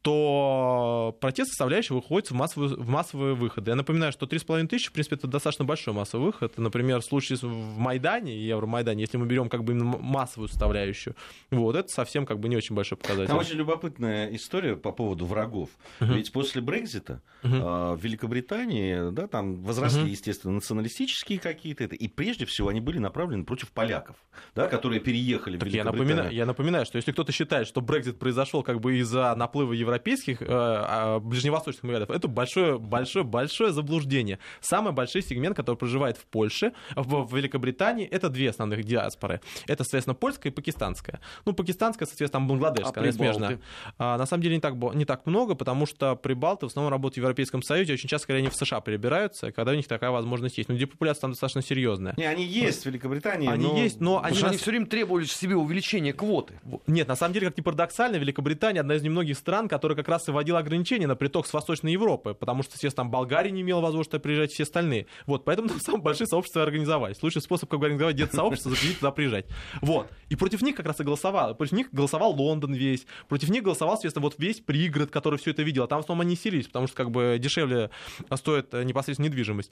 B: то протестная составляющая выходит в массовые, в массовые выходы. Я напоминаю, что три с половиной тысячи, в принципе, это достаточно большой массовый выход. Например, в случае в Майдане, Евромайдане, если мы берем как бы именно массовую составляющую, вот, это совсем как бы не очень большой показатель.
A: Там очень любопытная история по поводу врагов. Uh-huh. Ведь после Брексита uh-huh. в Великобритании, да, там возросли, uh-huh. естественно, националистические какие-то, и прежде всего они были направлены против поляков, да, которые переехали
B: так
A: в
B: Великобританию. Я напоминаю, я напоминаю, что если кто-то считает, что Брексит произошел как бы из-за наплыва европейских, э, ближневосточных мигрантов, это большое, большое, большое заблуждение. Самый большой сегмент, который проживает в Польше, в, в Великобритании, это две основных диаспоры. Это, соответственно, польская и пакистанская. Ну, пакистанская, соответственно, там бангладешская, а она смежная. А, на самом деле не так, не так много, потому что прибалты в основном работают в Европейском Союзе, очень часто, когда они в США перебираются, когда у них такая возможность есть. Но депопуляция там достаточно серьезная.
A: Не, они есть в Великобритании,
B: они
A: но...
B: есть, но они,
C: нас...
B: они
C: все время требовали себе увеличения квоты.
B: Нет, на самом деле, как ни парадоксально, Великобритания одна из немногих стран, которая как раз и вводила ограничения на приток с Восточной Европы, потому что, естественно, там Болгария не имела возможности приезжать, все остальные. Вот, поэтому там самые большие сообщества организовались. Лучший способ, как бы организовать где-то сообщество, запретить туда приезжать. Вот. И против них как раз и голосовало. Против них голосовал Лондон весь. Против них голосовал, соответственно, вот весь пригород, который все это видел. А там в основном они селились, потому что как бы дешевле стоит непосредственно недвижимость. Вот. В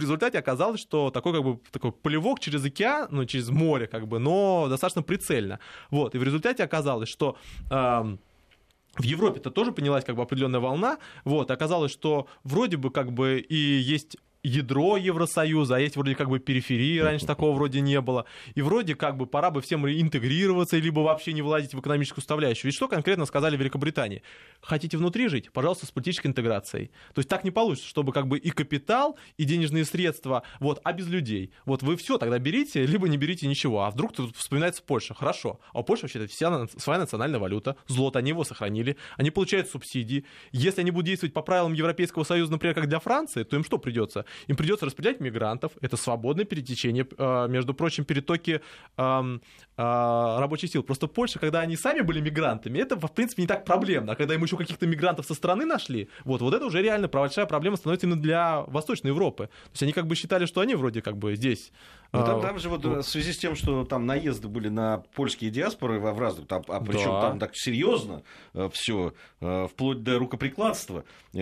B: результате оказалось, что такой, как бы, такой полевок через океан, ну, через море, как бы, но достаточно прицельно. Вот. И в результате оказалось, что... Э, в Европе-то тоже поднялась как бы определенная волна, вот, оказалось, что вроде бы как бы и есть ядро Евросоюза, а есть вроде как бы периферии, раньше такого вроде не было, и вроде как бы пора бы всем интегрироваться, либо вообще не влазить в экономическую составляющую. Ведь что конкретно сказали в Великобритании? Хотите внутри жить? Пожалуйста, с политической интеграцией. То есть так не получится, чтобы как бы и капитал, и денежные средства, вот, а без людей. Вот вы все тогда берите, либо не берите ничего. А вдруг тут вспоминается Польша. Хорошо. А у Польши вообще-то вся своя национальная валюта, злото, они его сохранили, они получают субсидии. Если они будут действовать по правилам Европейского Союза, например, как для Франции, то им что придется? Им придется распределять мигрантов, это свободное перетечение, между прочим, перетоки э, э, рабочих сил. Просто Польша, когда они сами были мигрантами, это, в принципе, не так проблемно. А когда им еще каких-то мигрантов со стороны нашли, вот, вот это уже реально большая проблема становится именно для Восточной Европы. То есть они как бы считали, что они вроде как бы здесь...
A: Ну, там, там же вот в связи с тем, что там наезды были на польские диаспоры в разных, там, а причем да. там так серьезно все, вплоть до рукоприкладства,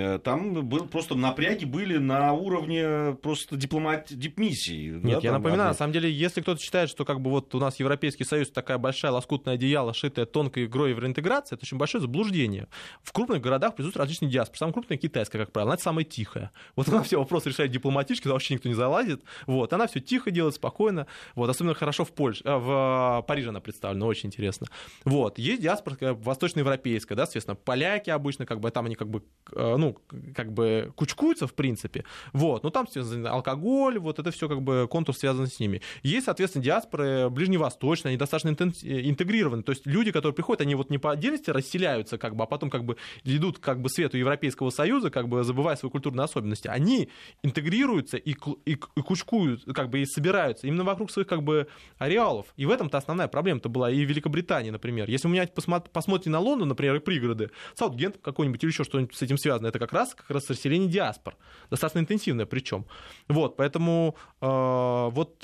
A: там был, просто напряги были на уровне просто дипломат, дипмиссии.
B: Нет,
A: да,
B: я
A: там,
B: напоминаю,
A: одна...
B: на самом деле, если кто-то считает, что как бы вот у нас Европейский Союз такая большая лоскутная одеяло, шитая тонкой игрой евроинтеграции, это очень большое заблуждение. В крупных городах присутствуют различные диаспоры. Самая крупная китайская, как правило, она самая тихая. Вот она все вопросы решает дипломатически, туда вообще никто не залазит. Вот, она все тихо делает, спокойно. Вот, особенно хорошо в Польше, в Париже она представлена, очень интересно. Вот, есть диаспора восточноевропейская, да, соответственно, поляки обычно, как бы там они как бы, ну, как бы кучкуются, в принципе. Вот, ну там алкоголь, вот это все как бы контур связан с ними. Есть, соответственно, диаспоры ближневосточные, они достаточно интегрированы. То есть люди, которые приходят, они вот не по отдельности расселяются, как бы, а потом как бы идут как бы свету Европейского Союза, как бы забывая свои культурные особенности. Они интегрируются и, и, и кучкуют, как бы и собираются именно вокруг своих как бы ареалов. И в этом-то основная проблема-то была и в Великобритании, например. Если вы посмотрите на Лондон, например, и пригороды, Саутгемптон какой-нибудь или еще что-нибудь с этим связано, это как раз, как раз расселение диаспор. Достаточно интенсивное причем. Вот, поэтому э, вот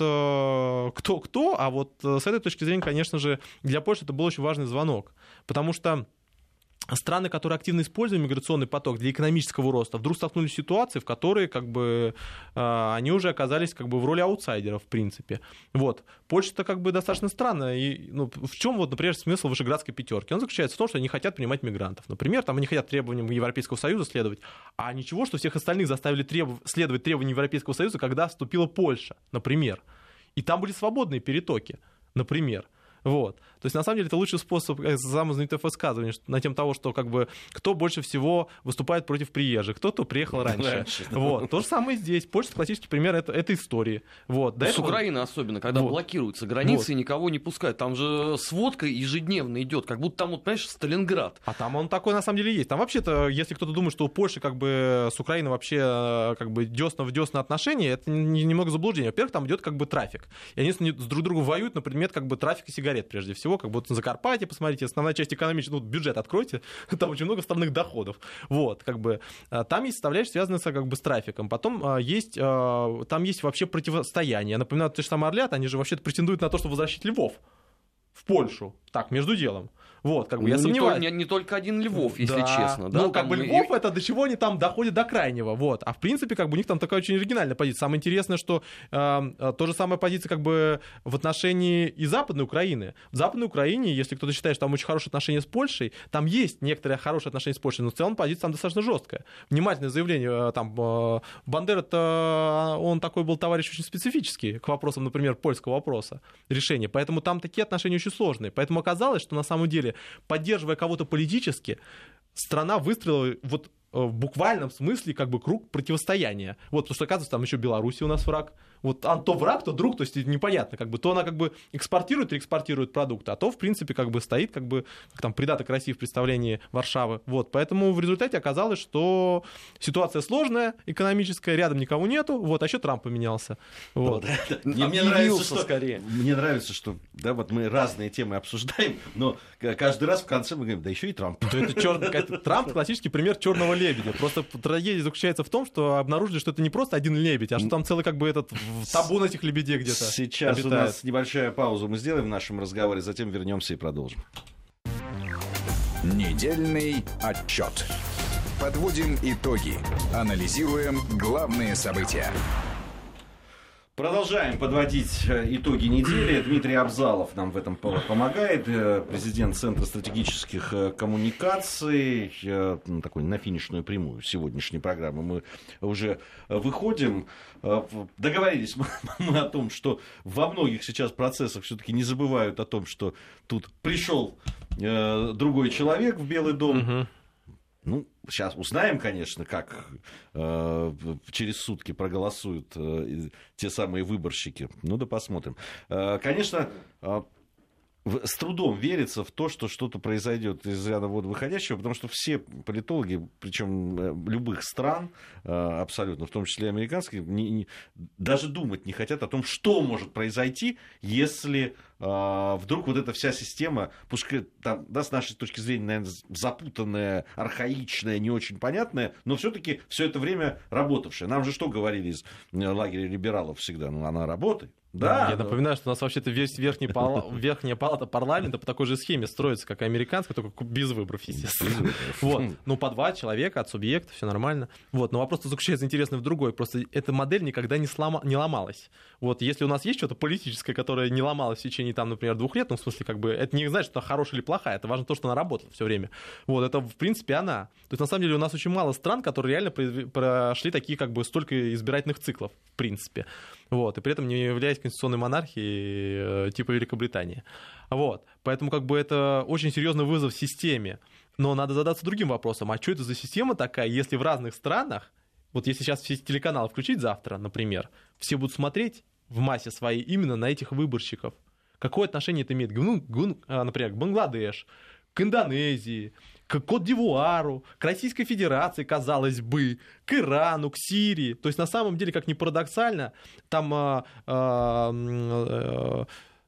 B: э, кто-кто, а вот с этой точки зрения, конечно же, для Польши это был очень важный звонок. Потому что страны, которые активно используют миграционный поток для экономического роста, вдруг столкнулись с ситуацией, в которой как бы, э, они уже оказались как бы в роли аутсайдеров, в принципе. Вот. Польша-то как бы достаточно странная. И, ну, в чем, вот, например, смысл Вышеградской пятерки? Он заключается в том, что они хотят принимать мигрантов. Например, там они хотят требованиям Европейского Союза следовать, а ничего, что всех остальных заставили требов... следовать требованиям Европейского Союза, когда вступила Польша, например. И там были свободные перетоки, например. Вот. То есть, на самом деле, это лучший способ, самое знаменитое высказывание на тему того, что как бы, кто больше всего выступает против приезжих, кто-то приехал раньше. раньше да. Вот. То же самое и здесь. Польша — классический пример это, этой истории. Вот. До
C: С
B: этого...
C: Украины особенно, когда вот. блокируются границы вот. и никого не пускают. Там же сводка ежедневно идет, как будто там, вот, понимаешь, Сталинград.
B: А там он такой на самом деле есть. Там вообще-то, если кто-то думает, что у Польши как бы с Украиной вообще как бы дёсна в дёсна отношения, это немного заблуждение. Во-первых, там идет как бы трафик. И они с друг другом воюют на предмет как бы трафика сигарет, прежде всего. Как будто на Закарпатье, посмотрите, основная часть экономического, ну, бюджет откройте, там очень много вставных доходов. Вот, как бы, там есть составляющая, связанная как бы с трафиком. Потом есть, там есть вообще противостояние. Я напоминаю, те же самые Орлят, они же вообще-то претендуют на то, чтобы возвращать Львов в Польшу. Так, между делом. Вот, как бы,
C: ну,
B: я
C: не
B: сомневаюсь.
C: Не, не только один Львов, если
B: да.
C: честно. Да?
B: Ну, как
C: там
B: бы
C: и...
B: Львов, это до чего они там доходят до крайнего. Вот. А в принципе, как бы у них там такая очень оригинальная позиция. Самое интересное, что э, то же самая позиция как бы в отношении и Западной Украины. В Западной Украине, если кто-то считает, что там очень хорошие отношения с Польшей, там есть некоторые хорошие отношения с Польшей, но в целом позиция там достаточно жесткая. Внимательное заявление. Там, э, Бандера-то, он такой был товарищ очень специфический к вопросам, например, польского вопроса, решения. Поэтому там такие отношения очень сложные. Поэтому оказалось, что на самом деле поддерживая кого-то политически, страна выстроила вот в буквальном смысле как бы круг противостояния. Вот, потому что, оказывается, там еще Беларусь у нас враг. Вот а то враг, то друг, то есть непонятно, как бы, то она как бы экспортирует, реэкспортирует продукты, а то, в принципе, как бы стоит, как бы, как там, придаток России в представлении Варшавы. Вот, поэтому в результате оказалось, что ситуация сложная, экономическая, рядом никого нету, вот, а еще Трамп поменялся. Вот.
A: Мне, мне нравится, что, скорее. Мне нравится, что, да, вот мы разные темы обсуждаем, но каждый раз в конце мы говорим, да еще и Трамп.
B: Да это черный, Трамп классический пример черного лебедя. Просто трагедия заключается в том, что обнаружили, что это не просто один лебедь, а что там целый как бы этот табун этих лебедей где-то
A: Сейчас обитает. У нас небольшая пауза мы сделаем в нашем разговоре, затем вернемся и продолжим.
D: Недельный отчет. Подводим итоги. Анализируем главные события.
A: Продолжаем подводить итоги недели. Дмитрий Абзалов нам в этом помогает. Президент Центра стратегических коммуникаций. Такой на финишную прямую сегодняшней программы мы уже выходим. Договорились мы о том, что во многих сейчас процессах все-таки не забывают о том, что тут пришел другой человек в Белый дом. Угу. Ну, сейчас узнаем, конечно, как э, через сутки проголосуют э, те самые выборщики. Ну да посмотрим. Э, конечно, э, с трудом верится в то, что что-то произойдет из ряда вон выходящего, потому что все политологи, причем любых стран, абсолютно, в том числе американских, не, не, даже думать не хотят о том, что может произойти, если а, вдруг вот эта вся система, пускай там, да, с нашей точки зрения, наверное, запутанная, архаичная, не очень понятная, но все-таки все это время работавшая. Нам же что говорили из лагеря либералов всегда? Ну, она работает. Да,
B: я да. напоминаю, что у нас вообще-то весь верхний пала... верхняя палата парламента по такой же схеме строится, как и американская, только без выборов, естественно. Вот. Ну, по два человека от субъекта, все нормально. Вот. Но вопрос заключается интересный в другой. Просто эта модель никогда не, слома... не ломалась. Вот. Если у нас есть что-то политическое, которое не ломалось в течение, там, например, двух лет, ну, в смысле, как бы, это не значит, что хорошая или плохая, это важно то, что она работала все время. Вот. Это, в принципе, она. То есть, на самом деле, у нас очень мало стран, которые реально прошли такие, как бы, столько избирательных циклов, в принципе. Вот, и при этом не являясь конституционной монархией типа Великобритании. Вот, поэтому как бы это очень серьезный вызов системе. Но надо задаться другим вопросом, а что это за система такая, если в разных странах, вот если сейчас все телеканалы включить завтра, например, все будут смотреть в массе своей именно на этих выборщиков. Какое отношение это имеет, ну, например, к Бангладеш, к Индонезии, к Кот-д'Ивуару, к Российской Федерации, казалось бы, к Ирану, к Сирии. То есть, на самом деле, как ни парадоксально, там а, а,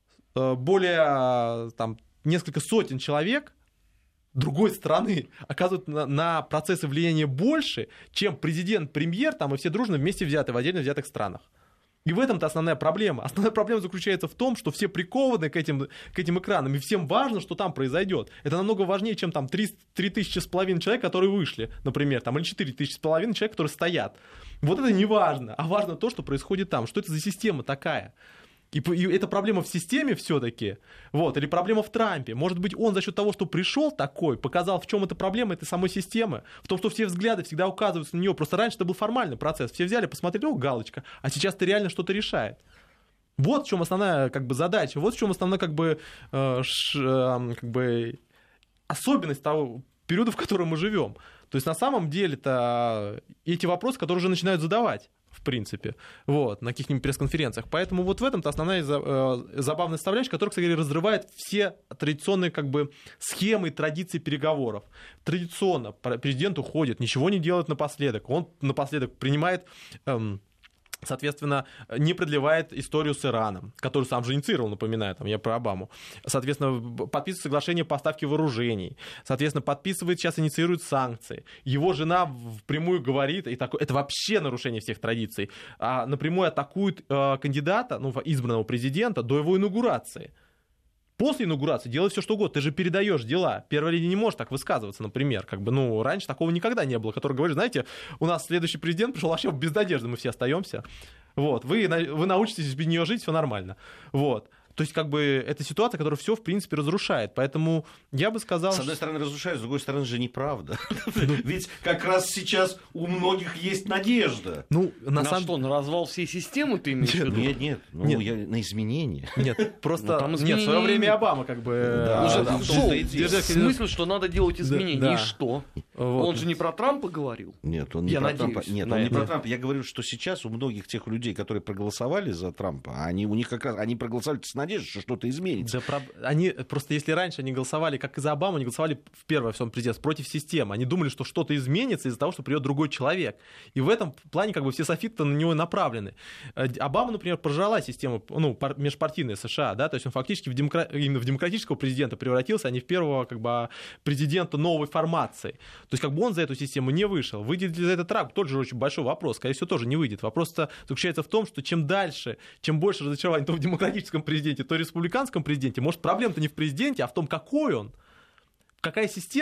B: а, более там, несколько сотен человек другой страны оказывают на, на процессы влияния больше, чем президент, премьер там, и все дружно вместе взяты в отдельно взятых странах. И в этом-то основная проблема. Основная проблема заключается в том, что все прикованы к этим, к этим экранам, и всем важно, что там произойдет. Это намного важнее, чем там три тысячи с половиной человек, которые вышли, например, там, или четыре тысячи с половиной человек, которые стоят. Вот это не важно, а важно то, что происходит там, что это за система такая. И, и это проблема в системе все-таки, вот, или проблема в Трампе. Может быть, он за счет того, что пришел такой, показал, в чем эта проблема этой самой системы, в том, что все взгляды всегда указываются на нее. Просто раньше это был формальный процесс. Все взяли, посмотрели, о, галочка, а сейчас это реально что-то решает. Вот в чем основная как бы, задача, вот в чем основная как бы, э, ш, э, как бы, особенность того периода, в котором мы живем. То есть на самом деле-то эти вопросы, которые уже начинают задавать. В принципе, вот, на каких-нибудь пресс-конференциях. Поэтому вот в этом-то основная забавная составляющая, которая, кстати, разрывает все традиционные как бы, схемы и традиции переговоров. Традиционно президент уходит, ничего не делает напоследок. Он напоследок принимает... Эм, Соответственно, не продлевает историю с Ираном, которую сам же инициировал, напоминаю, там, я про Обаму. Соответственно, подписывает соглашение о поставке вооружений. Соответственно, подписывает, сейчас инициирует санкции. Его жена впрямую говорит, и такое, это вообще нарушение всех традиций, а напрямую атакует э, кандидата, ну, избранного президента до его инаугурации. После инаугурации делать все что угодно, ты же передаешь дела. Первая линия не может так высказываться, например. Как бы, ну, раньше такого никогда не было, который говорит, знаете, у нас следующий президент пришел вообще без надежды, мы все остаемся. Вот, вы, вы научитесь без нее жить, все нормально. Вот. То есть, как бы, это ситуация, которая все, в принципе, разрушает. Поэтому я бы сказал...
A: С одной стороны, разрушает, с другой стороны, же неправда. Ведь как раз сейчас у многих есть надежда.
C: Ну, на самом... что, на развал всей системы ты имеешь в виду?
A: Нет, нет, ну,
B: нет.
A: Я... на изменения.
B: Нет, просто... Ну, нет, в свое время Обама, как бы...
C: Да, уже да, шел. В смысле, что надо делать изменения, да, и да. Что? Вот. Он же не про Трампа говорил?
A: Нет, он не,
C: я
A: про,
C: надеюсь,
A: Трампа. Нет, он не про Трампа. Я говорю, что сейчас у многих тех людей, которые проголосовали за Трампа, они, у них как раз, они проголосовали с надеждой, что что-то изменится.
B: Да, про... они, просто если раньше они голосовали, как и за Обаму, они голосовали в первое в своем президентстве против системы. Они думали, что что-то изменится из-за того, что придет другой человек. И в этом плане как бы все софиты на него направлены. Обама, например, прожрала систему, ну, межпартийная США, да, то есть он фактически в демокра... именно в демократического президента превратился, а не в первого как бы президента новой формации. То есть как бы он за эту систему не вышел. Выйдет ли за это Трамп? Тот же очень большой вопрос. Скорее всего, тоже не выйдет. Вопрос заключается в том, что чем дальше, чем больше разочарования то в демократическом президенте, то в республиканском президенте, может, проблема-то не в президенте, а в том, какой он. Какая система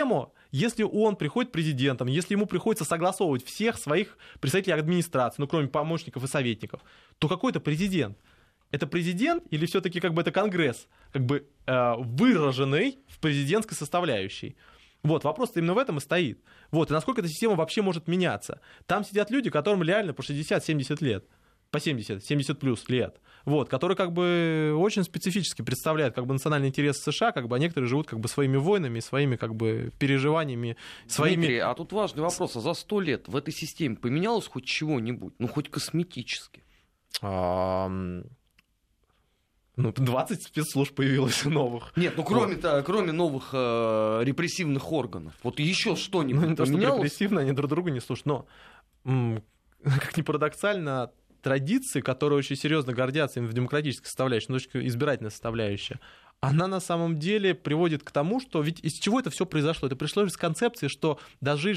B: Если он приходит президентом, если ему приходится согласовывать всех своих представителей администрации, ну, кроме помощников и советников, то какой это президент? Это президент или все-таки как бы это Конгресс, как бы э, выраженный в президентской составляющей? Вот, вопрос именно в этом и стоит. Вот, и насколько эта система вообще может меняться. Там сидят люди, которым реально по шестьдесят-семьдесят лет, по семьдесят, семьдесят плюс лет, вот, которые как бы очень специфически представляют как бы национальный интерес США, как бы, а некоторые живут как бы своими войнами, своими как бы переживаниями, своими...
C: Дмитрий, а тут важный вопрос, а за сто лет в этой системе поменялось хоть чего-нибудь, ну, хоть косметически?
B: А... Ну, двадцать спецслужб появилось новых.
C: Нет, ну кроме, вот. кроме новых э, репрессивных органов. Вот еще что-нибудь
B: ну, не то,
C: поменялось?
B: Что репрессивно, они друг друга не слушают. Но, м- как ни парадоксально, традиции, которые очень серьезно гордятся им в демократической составляющей, но очень избирательная составляющая, она на самом деле приводит к тому, что ведь из чего это все произошло? Это пришло из концепции, что должны,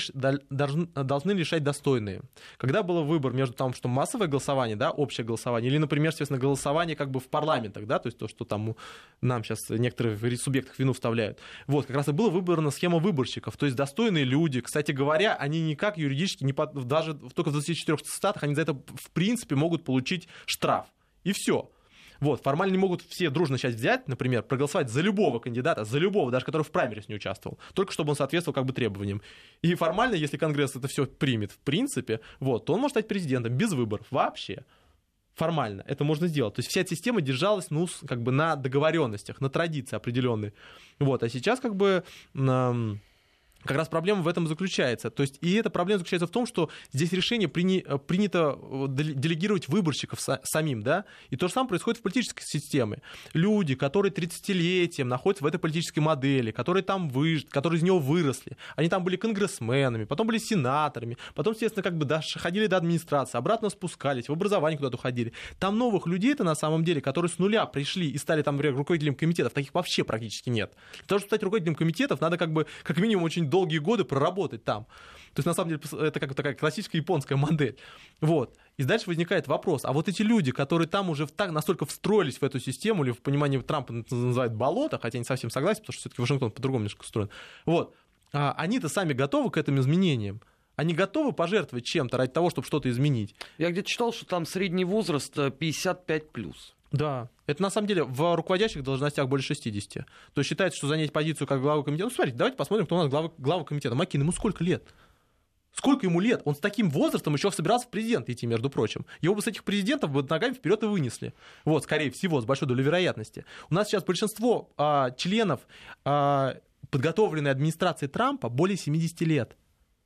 B: должны решать достойные. Когда был выбор между тем, что массовое голосование, да, общее голосование, или, например, естественно, голосование как бы в парламентах, да, то есть то, что там нам сейчас некоторые в субъектах вину вставляют. Вот, как раз и была выбрана схема выборщиков, то есть достойные люди. Кстати говоря, они никак юридически, не под, даже только в двадцати четырёх штатах, они за это в принципе могут получить штраф. И все. Вот, формально не могут все дружно сейчас взять, например, проголосовать за любого кандидата, за любого, даже который в праймерис не участвовал, только чтобы он соответствовал как бы требованиям. И формально, если Конгресс это все примет, в принципе, вот, то он может стать президентом без выборов вообще. Формально это можно сделать. То есть вся эта система держалась, ну, как бы на договоренностях, на традиции определенной. Вот, а сейчас как бы... Эм, Как раз проблема в этом заключается. То есть, и эта проблема заключается в том, что здесь решение прини, принято делегировать выборщиков самим, да, и то же самое происходит в политической системе. Люди, которые тридцатилетием находятся в этой политической модели, которые там выжили, которые из него выросли, они там были конгрессменами, потом были сенаторами, потом, естественно, как бы доходили до администрации, обратно спускались, в образование куда-то уходили. Там новых людей-то на самом деле, которые с нуля пришли и стали там, например, руководителем комитетов, таких вообще практически нет. Для того, чтобы стать руководителем комитетов, надо как бы, как минимум, очень долгие годы проработать там. То есть, на самом деле, это как такая классическая японская модель. Вот. И дальше возникает вопрос, а вот эти люди, которые там уже так настолько встроились в эту систему, или в понимании Трампа называют болото, хотя я не совсем согласен, потому что все-таки Вашингтон по-другому немножко устроен, вот, а они-то сами готовы к этим изменениям? Они готовы пожертвовать чем-то ради того, чтобы что-то изменить?
C: Я где-то читал, что там средний возраст пятьдесят пять плюс.
B: Да, это на самом деле в руководящих должностях более шестидесяти. То есть считается, что занять позицию как главы комитета... Ну, смотрите, давайте посмотрим, кто у нас глава, глава комитета. Маккейн, ему сколько лет? Сколько ему лет? Он с таким возрастом еще собирался в президенты идти, между прочим. Его бы с этих президентов бы ногами вперед и вынесли. Вот, скорее всего, с большой долей вероятности. У нас сейчас большинство а, членов а, подготовленной администрации Трампа более семидесяти лет.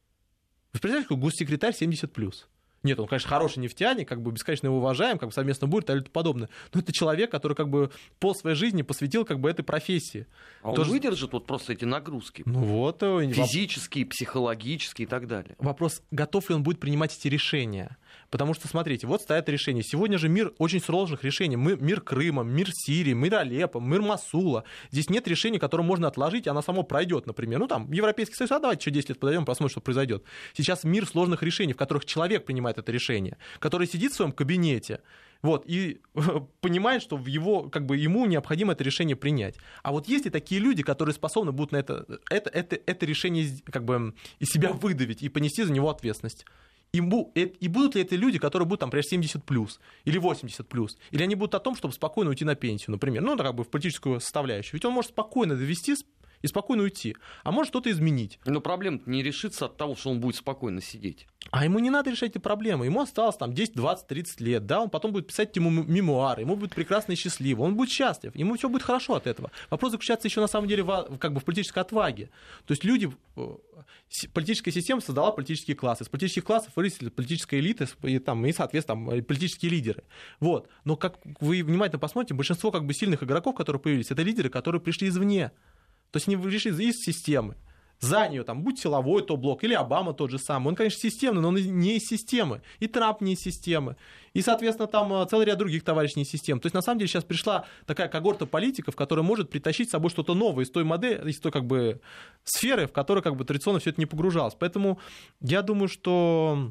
B: Вы представляете, какой госсекретарь семьдесят плюс? Нет, он, конечно, хороший нефтяник, как бы бесконечно его уважаем, как бы совместно будет и тому подобное. Но это человек, который как бы пол своей жизни посвятил как бы этой профессии.
C: А
B: Тоже...
C: он выдержит вот просто эти нагрузки?
B: Ну вот.
C: Физические, психологические и так далее.
B: Вопрос, готов ли он будет принимать эти решения? Потому что, смотрите, вот стоят решения. Сегодня же мир очень сложных решений. Мы, мир Крыма, мир Сирии, мир Алеппо, мир Мосула. Здесь нет решений, которые можно отложить, и оно само пройдет, например. Ну там, Европейский Союз, а давайте еще десять лет подойдем, посмотрим, что произойдет. Сейчас мир сложных решений, в которых человек принимает это решение, который сидит в своем кабинете, вот, и понимает, что в его, как бы, ему необходимо это решение принять. А вот есть ли такие люди, которые способны будут на это, это, это, это решение как бы из себя выдавить и понести за него ответственность? И, и будут ли это люди, которые будут, там, например, семьдесят плюс или восемьдесят плюс? Или они будут о том, чтобы спокойно уйти на пенсию, например? Ну, как бы в политическую составляющую. Ведь он может спокойно довести и спокойно уйти, а может что-то изменить.
C: Но проблема не решится от того, что он будет спокойно сидеть.
B: А ему не надо решать эти проблемы. Ему осталось там десять, двадцать, тридцать лет, да, он потом будет писать ему мемуары, ему будет прекрасно и счастливо, он будет счастлив, ему все будет хорошо от этого. Вопрос заключается еще на самом деле в, как бы, в политической отваге. То есть люди, политическая система создала политические классы, из политических классов вырастили политическая элита и, там, и соответственно, там, политические лидеры. Вот. Но как вы внимательно посмотрите, большинство как бы сильных игроков, которые появились, это лидеры, которые пришли извне. То есть они вышли из системы. За нее, там, будь силовой то блок, или Обама тот же самый. Он, конечно, системный, но он не из системы. И Трамп не из системы. И, соответственно, там целый ряд других товарищей не из системы. То есть, на самом деле, сейчас пришла такая когорта политиков, которая может притащить с собой что-то новое из той модели, из той, как бы, сферы, в которой, как бы, традиционно все это не погружалось. Поэтому я думаю, что...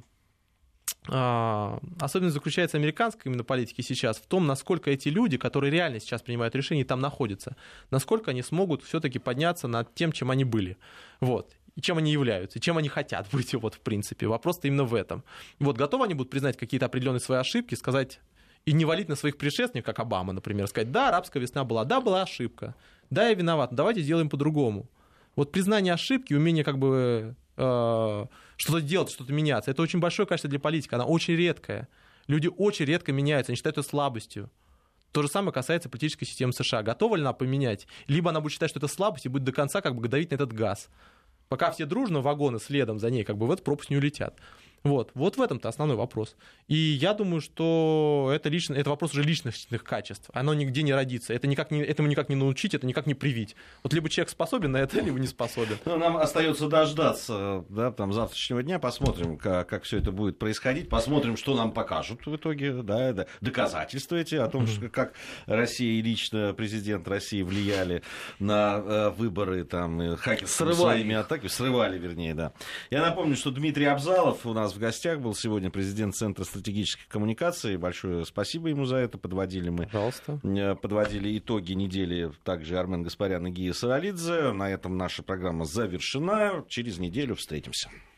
B: Особенность заключается американской именно политики сейчас в том, насколько эти люди, которые реально сейчас принимают решения и там находятся, насколько они смогут все-таки подняться над тем, чем они были. Вот. и чем они являются, и чем они хотят быть, вот, в принципе. Вопрос-то именно в этом. Вот, готовы они будут признать какие-то определенные свои ошибки, сказать, и не валить на своих предшественников, как Обама, например, сказать, да, арабская весна была, да, была ошибка, да, я виноват, давайте сделаем по-другому. Вот признание ошибки, умение как бы э, что-то делать, что-то меняться, это очень большое качество для политика, она очень редкая. Люди очень редко меняются, они считают это слабостью. То же самое касается политической системы США. Готова ли она поменять? Либо она будет считать, что это слабость, и будет до конца как бы давить на этот газ. Пока все дружно вагоны следом за ней, как бы в эту пропасть не улетят. Вот, вот в этом-то основной вопрос. И я думаю, что это, лично, это вопрос уже личностных качеств. Оно нигде не родится. Это никак не, этому никак не научить, это никак не привить. Вот либо человек способен на это, либо не способен.
A: Ну, нам остается дождаться, да, там, завтрашнего дня, посмотрим, как, как все это будет происходить, посмотрим, что нам покажут в итоге, да, да, доказательства эти о том, что, как Россия и лично президент России влияли на э, выборы, там, хакерскими своими атаками, срывали, вернее, да. Я напомню, что Дмитрий Абзалов у нас в гостях был сегодня, президент Центра стратегических коммуникаций. Большое спасибо ему за это. Подводили мы,
B: Пожалуйста.
A: Подводили итоги недели также Армен Гаспарян и Гия Саралидзе. На этом наша программа завершена. Через неделю встретимся.